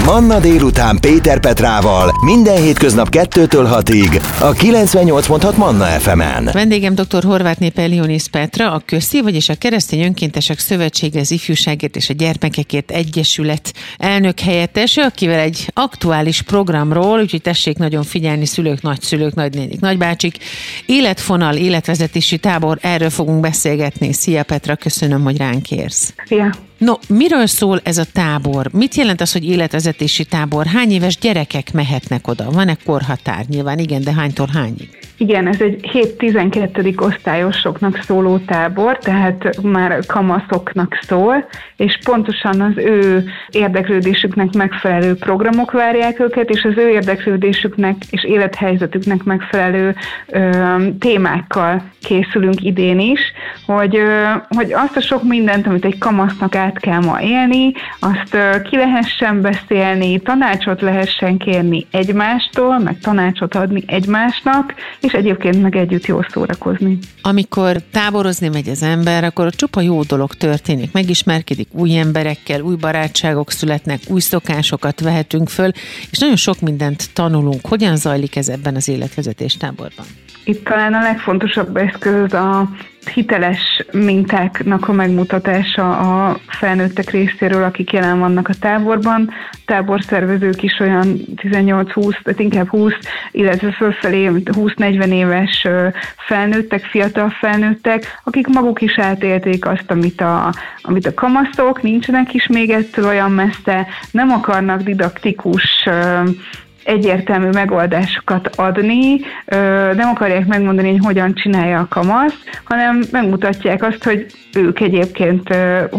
Manna délután Péter Petrával minden hétköznap 2-től 6-ig a 98.6 Manna FM-en. Vendégem dr. Horváth Leonis Petra, a Közszív, vagyis a Keresztény Önkéntesek Szövetsége az Ifjúságért és a Gyermekekért Egyesület elnök helyettes, akivel egy aktuális programról, úgyhogy tessék nagyon figyelni, szülők, nagyszülők, nagynénik, nagybácsik, életfonal, életvezetési tábor, erről fogunk beszélgetni. Szia Petra, köszönöm, hogy ránk érsz. Szia! No, miről szól ez a tábor? Mit jelent az, hogy életvezetési tábor? Hány éves gyerekek mehetnek oda? Van-e korhatár? Nyilván igen, de hánytól hányig? Igen, ez egy 7-12. osztályosoknak szóló tábor, tehát már kamaszoknak szól, és pontosan az ő érdeklődésüknek megfelelő programok várják őket, és az ő érdeklődésüknek és élethelyzetüknek megfelelő témákkal készülünk idén is, hogy azt a sok mindent, amit egy kamasznak át kell ma élni, azt ki lehessen beszélni, tanácsot lehessen kérni egymástól, meg tanácsot adni egymásnak, és egyébként meg együtt jól szórakozni. Amikor táborozni megy az ember, akkor csupa jó dolog történik. Megismerkedik új emberekkel, új barátságok születnek, új szokásokat vehetünk föl, és nagyon sok mindent tanulunk. Hogyan zajlik ez ebben az életvezetés táborban? Itt talán a legfontosabb eszköz a hiteles mintáknak a megmutatása a felnőttek részéről, akik jelen vannak a táborban. Táborszervezők is olyan 18-20, tehát inkább 20, illetve fölfelé 20-40 éves felnőttek, fiatal felnőttek, akik maguk is átélték azt, amit a kamaszok, nincsenek is még ettől olyan messze, nem akarnak didaktikus egyértelmű megoldásokat adni, nem akarják megmondani, hogy hogyan csinálja a kamasz, hanem megmutatják azt, hogy ők egyébként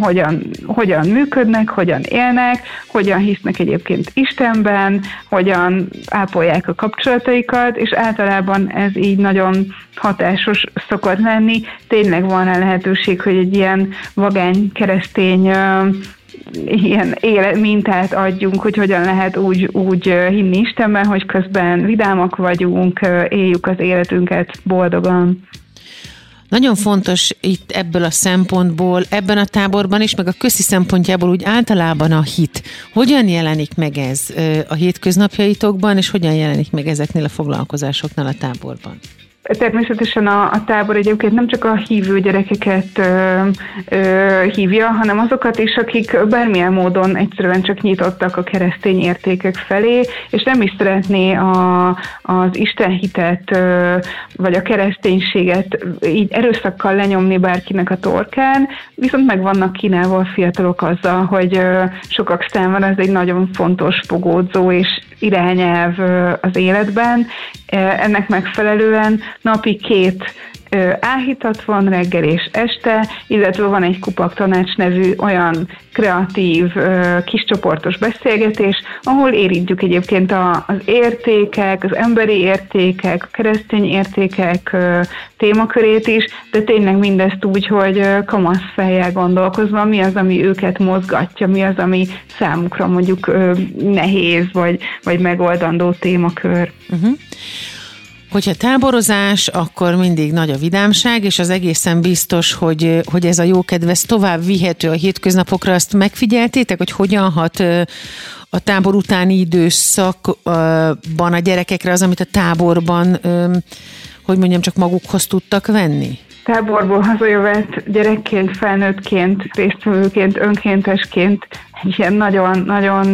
hogyan működnek, hogyan élnek, hogyan hisznek egyébként Istenben, hogyan ápolják a kapcsolataikat, és általában ez így nagyon hatásos szokott lenni. Tényleg van rá lehetőség, hogy egy ilyen vagány keresztény ilyen mintát adjunk, hogy hogyan lehet úgy hinni Istenben, hogy közben vidámak vagyunk, éljük az életünket boldogan. Nagyon fontos itt ebből a szempontból, ebben a táborban is, meg a közszi szempontjából úgy általában a hit. Hogyan jelenik meg ez a hétköznapjaitokban, és hogyan jelenik meg ezeknél a foglalkozásoknál a táborban? Természetesen a tábor egyébként nem csak a hívő gyerekeket hívja, hanem azokat is, akik bármilyen módon egyszerűen csak nyitottak a keresztény értékek felé, és nem is szeretné az istenhitet vagy a kereszténységet így erőszakkal lenyomni bárkinek a torkán, viszont meg vannak kínálva a fiatalok azzal, hogy sokak számára ez egy nagyon fontos fogódzó és irányelv az életben. Ennek megfelelően napi 2 áhítat van reggel és este, illetve van egy Kupak Tanács nevű olyan kreatív, kiscsoportos beszélgetés, ahol érintjük egyébként az értékek, az emberi értékek, a keresztény értékek témakörét is, de tényleg mindezt úgy, hogy kamasz fejjel gondolkozva, mi az, ami őket mozgatja, mi az, ami számukra mondjuk nehéz, vagy megoldandó témakör. Uh-huh. Hogyha táborozás, akkor mindig nagy a vidámság, és az egészen biztos, hogy ez a jókedv tovább vihető a hétköznapokra. Azt megfigyeltétek, hogy hogyan hat a tábor utáni időszakban a gyerekekre az, amit a táborban, hogy mondjam, csak magukhoz tudtak venni? Táborból hazajövet gyerekként, felnőttként, résztvevőként, önkéntesként egy ilyen nagyon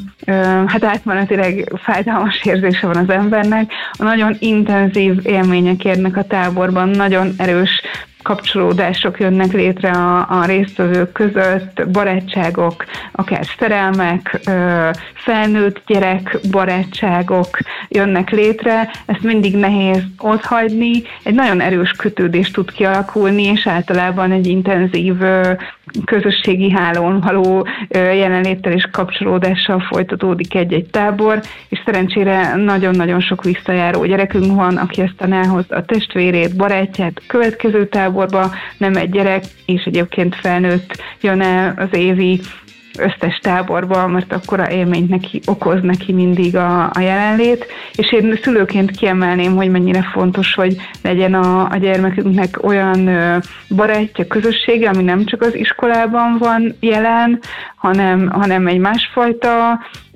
hát átmenetileg fájdalmas érzése van az embernek. A nagyon intenzív élmények érnek a táborban, nagyon erős kapcsolódások jönnek létre a résztvevők között, barátságok, akár szerelmek, felnőtt gyerek barátságok jönnek létre, ezt mindig nehéz otthagyni, egy nagyon erős kötődés tud kialakulni, és általában egy intenzív közösségi hálón való jelenléttel és kapcsolódással folytatódik egy-egy tábor, és szerencsére nagyon-nagyon sok visszajáró gyerekünk van, aki aztán elhozza a testvérét, barátját a következő táborba, nem egy gyerek, és egyébként felnőtt jön el az évi összes táborba, mert akkora élményt okoz neki mindig a jelenlét, és én szülőként kiemelném, hogy mennyire fontos, hogy legyen a gyermekünknek olyan barátja, közössége, ami nem csak az iskolában van jelen, hanem egy másfajta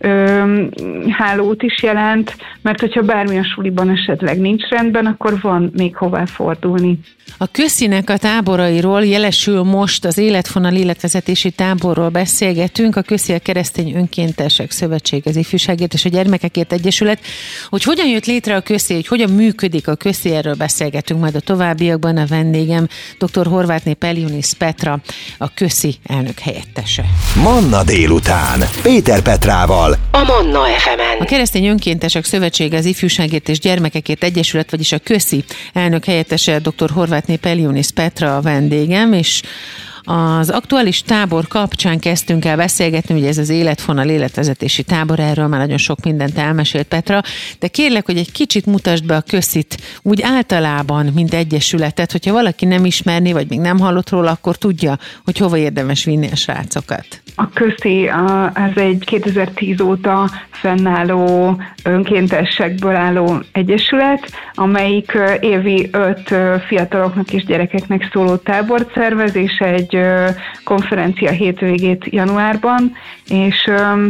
hálót is jelent, mert hogyha bármi a suliban esetleg nincs rendben, akkor van még hová fordulni. A Köszinek a táborairól, jelesül most az Életfonal életvezetési táborról beszélgetünk, a Köszi a Keresztény Önkéntesek Szövetsége, az Ifjúságért és a Gyermekekért Egyesület. Hogy hogyan jött létre a Köszi, hogy hogyan működik a Köszi, erről beszélgetünk majd a továbbiakban. A vendégem dr. Horváthné Peliunis Petra, a Köszi elnök helyettese. Manna délután Péter Petrával a Manna FM-en. A Keresztény Önkéntesek Szövetsége, az Ifjúságért és Gyermekekért Egyesület, vagyis a Köszi elnök helyettese, dr. Horváthné Peliunis Petra a vendégem, és az aktuális tábor kapcsán kezdtünk el beszélgetni, ugye ez az Életfonal életvezetési tábor, erről már nagyon sok mindent elmesélt Petra, de kérlek, hogy egy kicsit mutasd be a Köszit úgy általában, mint egyesületet, hogyha valaki nem ismerné, vagy még nem hallott róla, akkor tudja, hogy hova érdemes vinni a srácokat. A Köszi az egy 2010 óta fennálló önkéntesekből álló egyesület, amelyik évi 5 fiataloknak és gyerekeknek szóló tábort szervez, és egy konferencia hétvégét januárban, és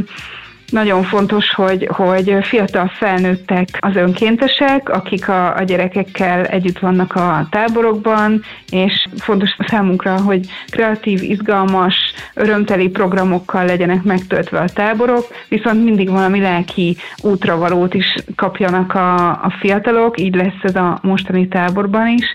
nagyon fontos, hogy fiatal felnőttek az önkéntesek, akik a gyerekekkel együtt vannak a táborokban, és fontos számunkra, hogy kreatív, izgalmas, örömteli programokkal legyenek megtöltve a táborok, viszont mindig valami lelki útravalót is kapjanak a fiatalok, így lesz ez a mostani táborban is.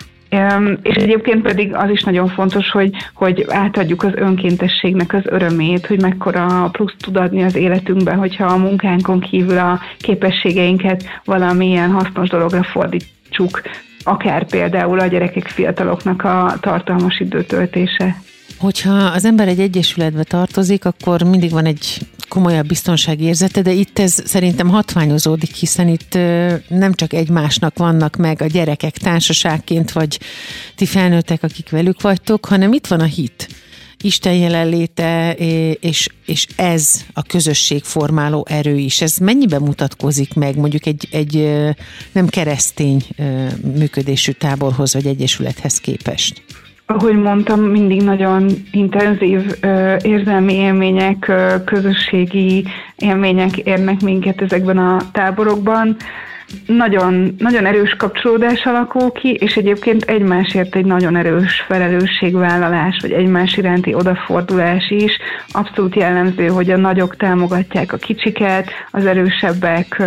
És egyébként pedig az is nagyon fontos, hogy átadjuk az önkéntességnek az örömét, hogy mekkora plusz tud adni az életünkbe, hogyha a munkánkon kívül a képességeinket valamilyen hasznos dologra fordítsuk, akár például a gyerekek, fiataloknak a tartalmas időtöltése. Hogyha az ember egy egyesületbe tartozik, akkor mindig van egy komolyabb biztonságérzete, de itt ez szerintem hatványozódik, hiszen itt nem csak egymásnak vannak meg a gyerekek társaságként, vagy ti felnőttek, akik velük vagytok, hanem itt van a hit, Isten jelenléte, és ez a közösségformáló erő is. Ez mennyiben mutatkozik meg mondjuk egy nem keresztény működésű táborhoz, vagy egyesülethez képest? Ahogy mondtam, mindig nagyon intenzív érzelmi élmények, közösségi élmények érnek minket ezekben a táborokban. Nagyon, nagyon erős kapcsolódás alakul ki, és egyébként egymásért egy nagyon erős felelősségvállalás, vagy egymás iránti odafordulás is. Abszolút jellemző, hogy a nagyok támogatják a kicsiket, az erősebbek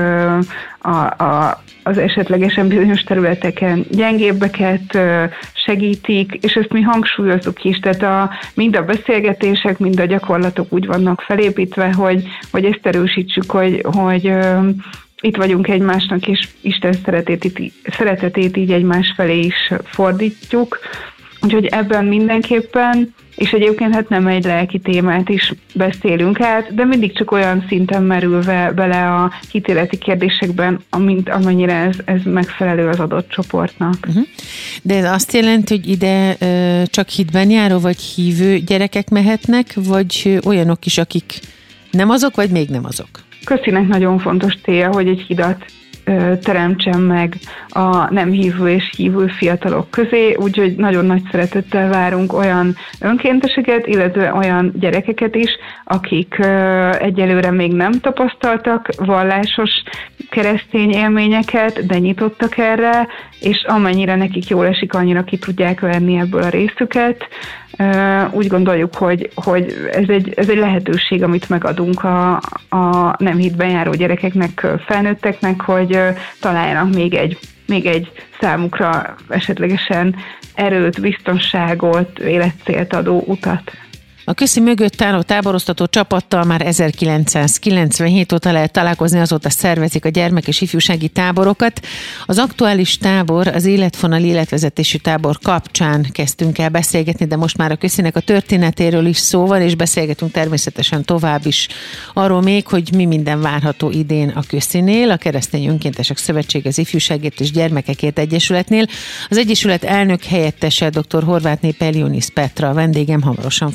az esetlegesen bizonyos területeken gyengébbeket segítik, és ezt mi hangsúlyozzuk is, tehát mind a beszélgetések, mind a gyakorlatok úgy vannak felépítve, hogy ezt erősítsük, hogy itt vagyunk egymásnak, és Isten szeretetét így egymás felé is fordítjuk. Úgyhogy ebben mindenképpen, és egyébként hát nem egy lelki témát is beszélünk át, de mindig csak olyan szinten merülve bele a hitéleti kérdésekben, amennyire ez megfelelő az adott csoportnak. De ez azt jelenti, hogy ide csak hitben járó vagy hívő gyerekek mehetnek, vagy olyanok is, akik nem azok, vagy még nem azok? Köszinek nagyon fontos célja, hogy egy hidat teremtsen meg a nem hívő és hívő fiatalok közé, úgyhogy nagyon nagy szeretettel várunk olyan önkénteseket, illetve olyan gyerekeket is, akik egyelőre még nem tapasztaltak vallásos keresztény élményeket, de nyitottak erre, és amennyire nekik jól esik, annyira ki tudják venni ebből a részüket. Úgy gondoljuk, hogy ez egy lehetőség, amit megadunk a nem hitben járó gyerekeknek, felnőtteknek, hogy találjanak még egy számukra esetlegesen erőt, biztonságot, életcélt adó utat. A Köszi mögött álló táboroztató csapattal már 1997 óta lehet találkozni, azóta szervezik a gyermek- és ifjúsági táborokat. Az aktuális tábor, az Életfonal életvezetési tábor kapcsán kezdtünk el beszélgetni, de most már a Köszinek a történetéről is szó van, és beszélgetünk természetesen tovább is arról még, hogy mi minden várható idén a Köszinél, a Keresztény Önkéntesek Szövetsége, az Ifjúságért és Gyermekekért Egyesületnél. Az Egyesület elnök helyettese dr. Horváthné Peliunis Petra, vendégem, hamarosan folytatjuk.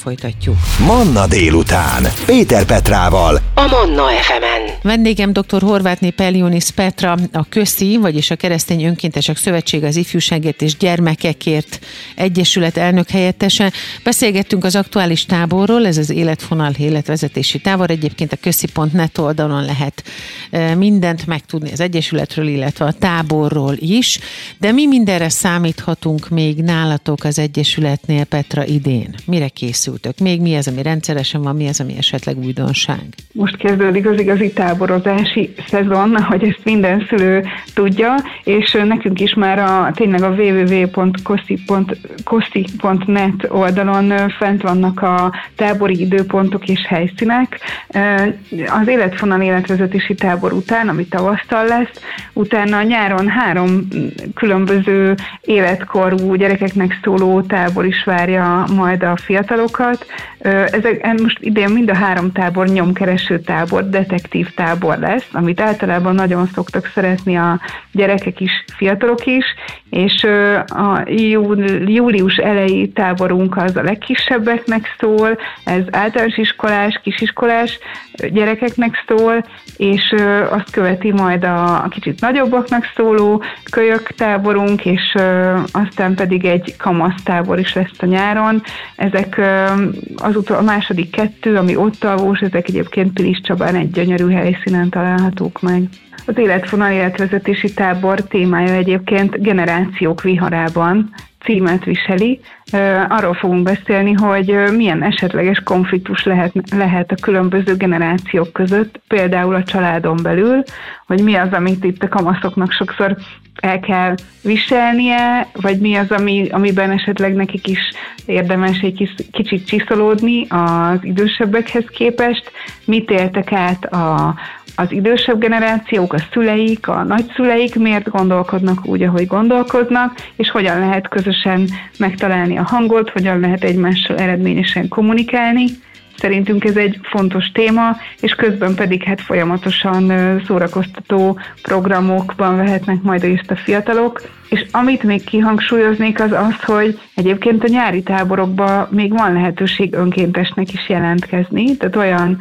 folytatjuk. Manna délután. Péter Petrával. A Manna FM-en. Vendégem dr. Horvátné Pellionis Petra, a KÖSZI, vagyis a Keresztény Önkéntesek Szövetsége az Ifjúságért és Gyermekekért Egyesület elnök helyettese. Beszélgettünk az aktuális táborról, ez az életfonal életvezetési tábor. Egyébként a köszi.net oldalon lehet mindent megtudni az Egyesületről, illetve a táborról is. De mi mindenre számíthatunk még nálatok az Egyesületnél, Petra, idén? Mire készültök? Még mi az, ami rendszeresen van, mi az, ami esetleg újdonság? Most kezdődik az igazi táborozási szezon, ahogy ezt minden szülő tudja, és nekünk is már tényleg a www.koszi.net oldalon fent vannak a tábori időpontok és helyszínek. Az életfonal életvezetési tábor után, ami tavasztal lesz, utána nyáron 3 különböző életkorú gyerekeknek szóló tábor is várja majd a fiatalokat. Most idén mind a 3 tábor nyomkereső tábor, detektív tábor lesz, amit általában nagyon szoktak szeretni a gyerekek is, fiatalok is, és a július elejé táborunk az a legkisebbeknek szól, ez általános iskolás, kisiskolás gyerekeknek szól, és azt követi majd a kicsit nagyobbaknak szóló kölyök táborunk, és aztán pedig egy kamasz tábor is lesz a nyáron. Ezek a második 2, ami ott alvós, ezek egyébként Pilis Csabán egy gyönyörű helyszínen találhatók meg. Az életfonal életvezetési tábor témája egyébként Generációk viharában címet viseli. Arról fogunk beszélni, hogy milyen esetleges konfliktus lehet a különböző generációk között, például a családon belül, hogy mi az, amit itt a kamaszoknak sokszor el kell viselnie, vagy mi az, amiben esetleg nekik is érdemes egy kicsit csiszolódni az idősebbekhez képest, mit éltek át az idősebb generációk, a szüleik, a nagyszüleik, miért gondolkodnak úgy, ahogy gondolkoznak, és hogyan lehet közösen megtalálni a hangot, hogyan lehet egymással eredményesen kommunikálni. Szerintünk ez egy fontos téma, és közben pedig folyamatosan szórakoztató programokban vehetnek majd részt a fiatalok. És amit még kihangsúlyoznék az, hogy egyébként a nyári táborokban még van lehetőség önkéntesnek is jelentkezni, tehát olyan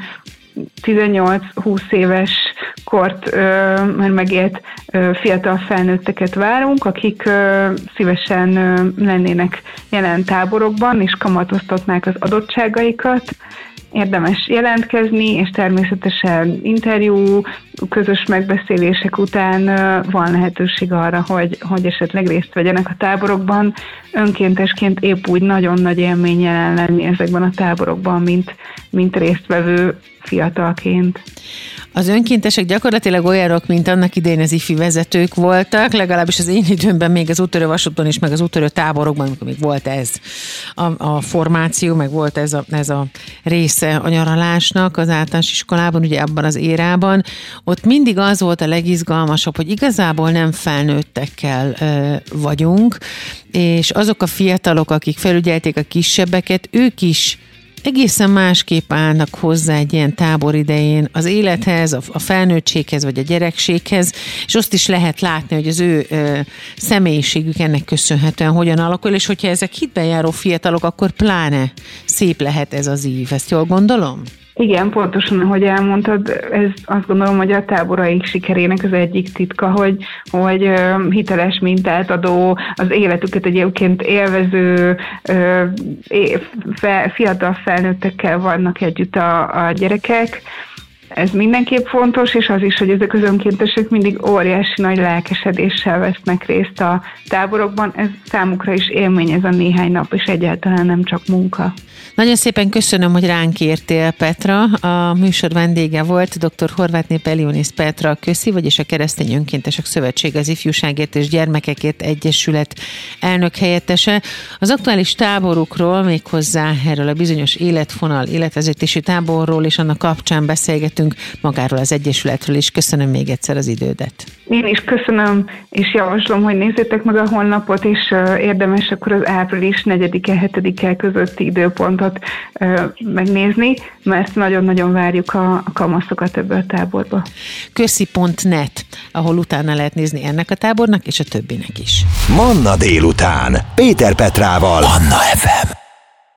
18-20 éves kort már megélt fiatal felnőtteket várunk, akik szívesen lennének jelen táborokban, és kamatoztatnák az adottságaikat. Érdemes jelentkezni, és természetesen interjú, közös megbeszélések után van lehetőség arra, hogy esetleg részt vegyenek a táborokban. Önkéntesként épp úgy nagyon nagy élmény jelen lenni ezekben a táborokban, mint résztvevő fiatalként. Az önkéntesek gyakorlatilag olyanok, mint annak idején az ifi vezetők voltak, legalábbis az én időmben még az úttörő vasúton is, meg az úttörő táborokban, amikor még volt ez a formáció, meg volt ez a része a nyaralásnak az általános iskolában, ugye abban az érában. Ott mindig az volt a legizgalmasabb, hogy igazából nem felnőttekkel vagyunk, és azok a fiatalok, akik felügyelték a kisebbeket, ők is egészen másképp állnak hozzá egy ilyen tábor idején az élethez, a felnőttséghez vagy a gyerekséghez, és azt is lehet látni, hogy az ő személyiségük ennek köszönhetően hogyan alakul, és hogyha ezek hitben járó fiatalok, akkor pláne szép lehet ez az ív. Ezt jól gondolom? Igen, pontosan, ahogy elmondtad, ez azt gondolom, hogy a táboraink sikerének az egyik titka, hogy hiteles mintát adó, az életüket egyébként élvező fiatal felnőttekkel vannak együtt a gyerekek. Ez mindenképp fontos, és az is, hogy ezek az önkéntesek mindig óriási nagy lelkesedéssel vesznek részt a táborokban. Ez számukra is élmény ez a néhány nap, és egyáltalán nem csak munka. Nagyon szépen köszönöm, hogy ránk értél, Petra. A műsor vendége volt dr. Horvátné Pellionis Petra, a KÖSZI, vagyis a Keresztény Önkéntesek Szövetsége az Ifjúságért és Gyermekekért Egyesület elnök helyettese. Az aktuális táborukról, méghozzá erről a bizonyos életfonal, életvezetési táborról és annak kapcsán beszélgetünk, magáról az Egyesületről is. Köszönöm még egyszer az idődet. Én is köszönöm, és javaslom, hogy nézzétek meg a honlapot, és érdemes akkor az április 4-e, 7-e közötti időpontot megnézni, mert nagyon-nagyon várjuk a kamaszokat ebbe a táborba. Köszi.net, ahol utána lehet nézni ennek a tábornak, és a többinek is. Manna délután. Péter Petrával. Manna FM.